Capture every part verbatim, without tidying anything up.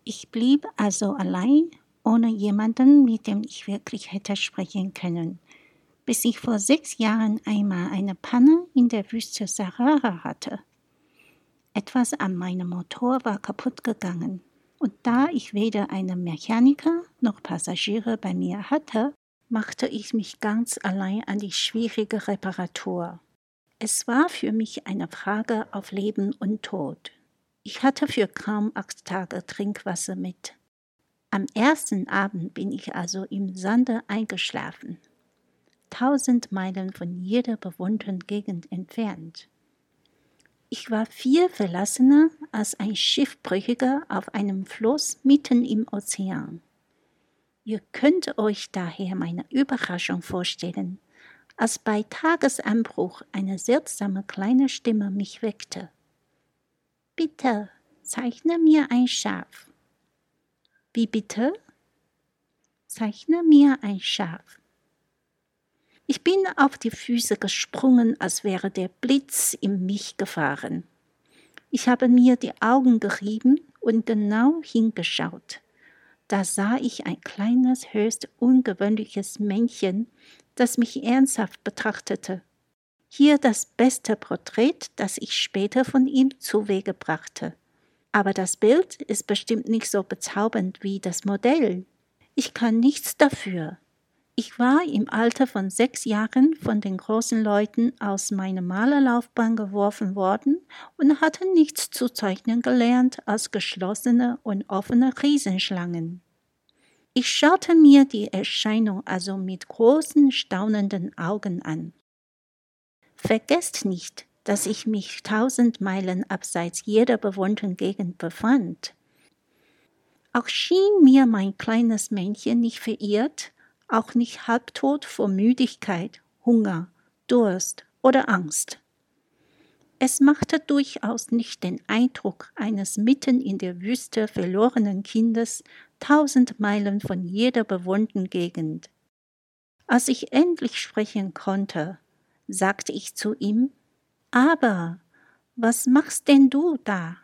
Ich blieb also allein, ohne jemanden, mit dem ich wirklich hätte sprechen können, bis ich vor sechs Jahren einmal eine Panne in der Wüste Sahara hatte. Etwas an meinem Motor war kaputt gegangen, und da ich weder einen Mechaniker noch Passagiere bei mir hatte, machte ich mich ganz allein an die schwierige Reparatur. Es war für mich eine Frage auf Leben und Tod. Ich hatte für kaum acht Tage Trinkwasser mit. Am ersten Abend bin ich also im Sande eingeschlafen, tausend Meilen von jeder bewohnten Gegend entfernt. Ich war viel verlassener als ein Schiffbrüchiger auf einem Floß mitten im Ozean. Ihr könnt euch daher meine Überraschung vorstellen, als bei Tagesanbruch eine seltsame kleine Stimme mich weckte. »Bitte, zeichne mir ein Schaf.« »Wie bitte?« »Zeichne mir ein Schaf.« Ich bin auf die Füße gesprungen, als wäre der Blitz in mich gefahren. Ich habe mir die Augen gerieben und genau hingeschaut. Da sah ich ein kleines, höchst ungewöhnliches Männchen, das mich ernsthaft betrachtete. Hier das beste Porträt, das ich später von ihm zu Wege brachte. Aber das Bild ist bestimmt nicht so bezaubernd wie das Modell. Ich kann nichts dafür. Ich war im Alter von sechs Jahren von den großen Leuten aus meiner Malerlaufbahn geworfen worden und hatte nichts zu zeichnen gelernt als geschlossene und offene Riesenschlangen. Ich schaute mir die Erscheinung also mit großen, staunenden Augen an. Vergesst nicht, dass ich mich tausend Meilen abseits jeder bewohnten Gegend befand. Auch schien mir mein kleines Männchen nicht verirrt, auch nicht halbtot vor Müdigkeit, Hunger, Durst oder Angst. Es machte durchaus nicht den Eindruck eines mitten in der Wüste verlorenen Kindes, tausend Meilen von jeder bewohnten Gegend. Als ich endlich sprechen konnte, sagte ich zu ihm, »Aber, was machst denn du da?«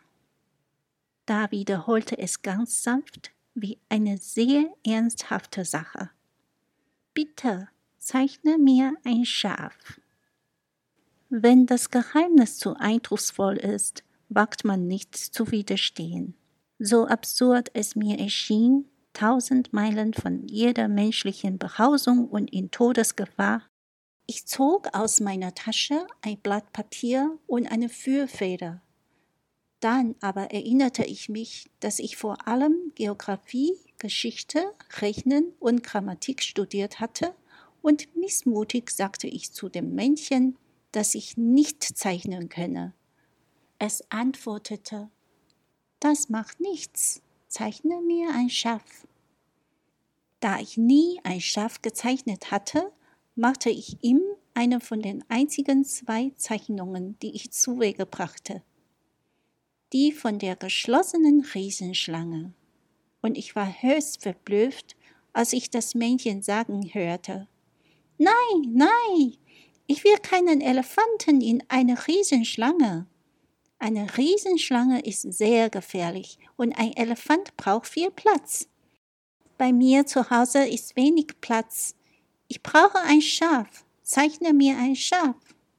Da wiederholte es ganz sanft, wie eine sehr ernsthafte Sache. »Bitte, zeichne mir ein Schaf.« Wenn das Geheimnis zu eindrucksvoll ist, wagt man nicht zu widerstehen. So absurd es mir erschien, tausend Meilen von jeder menschlichen Behausung und in Todesgefahr. Ich zog aus meiner Tasche ein Blatt Papier und eine Führfeder. Dann aber erinnerte ich mich, dass ich vor allem Geographie, Geschichte, Rechnen und Grammatik studiert hatte, und missmutig sagte ich zu dem Männchen, dass ich nicht zeichnen könne. Es antwortete, »Das macht nichts, zeichne mir ein Schaf.« Da ich nie ein Schaf gezeichnet hatte, machte ich ihm eine von den einzigen zwei Zeichnungen, die ich zu Wege brachte. Die von der geschlossenen Riesenschlange. Und ich war höchst verblüfft, als ich das Männchen sagen hörte, »Nein, nein, ich will keinen Elefanten in eine Riesenschlange. Eine Riesenschlange ist sehr gefährlich und ein Elefant braucht viel Platz. Bei mir zu Hause ist wenig Platz. Ich brauche ein Schaf. Zeichne mir ein Schaf.«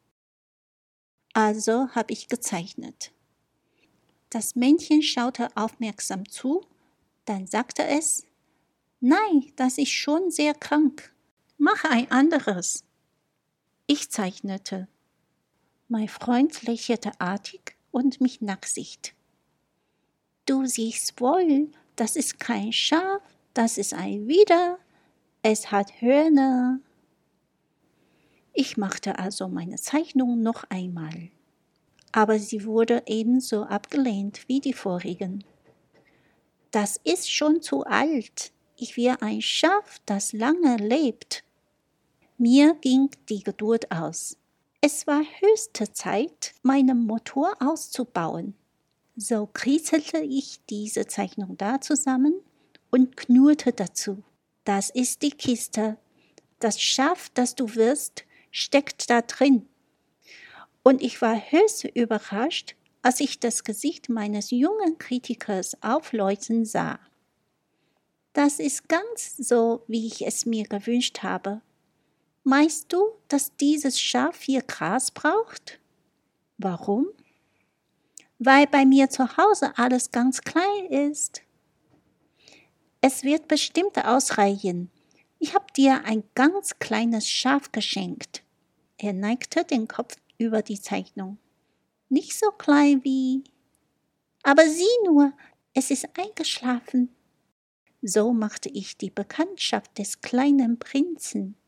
Also habe ich gezeichnet. Das Männchen schaute aufmerksam zu, dann sagte es, »Nein, das ist schon sehr krank. Mach ein anderes.« Ich zeichnete. Mein Freund lächelte artig und mit Nachsicht. »Du siehst wohl, das ist kein Schaf, das ist ein Widder. Es hat Hörner.« Ich machte also meine Zeichnung noch einmal. Aber sie wurde ebenso abgelehnt wie die vorigen. »Das ist schon zu alt. Ich will ein Schaf, das lange lebt.« Mir ging die Geduld aus. Es war höchste Zeit, meinen Motor auszubauen. So kritzelte ich diese Zeichnung da zusammen und knurrte dazu. »Das ist die Kiste. Das Schaf, das du wirst, steckt da drin.« Und ich war höchst überrascht, als ich das Gesicht meines jungen Kritikers aufleuchten sah. Das ist ganz so, wie ich es mir gewünscht habe. Meinst du, dass dieses Schaf viel Gras braucht? Warum? Weil bei mir zu Hause alles ganz klein ist. Es wird bestimmt ausreichen. Ich habe dir ein ganz kleines Schaf geschenkt. Er neigte den Kopf über die Zeichnung. Nicht so klein wie... Aber sieh nur, es ist eingeschlafen. So machte ich die Bekanntschaft des kleinen Prinzen.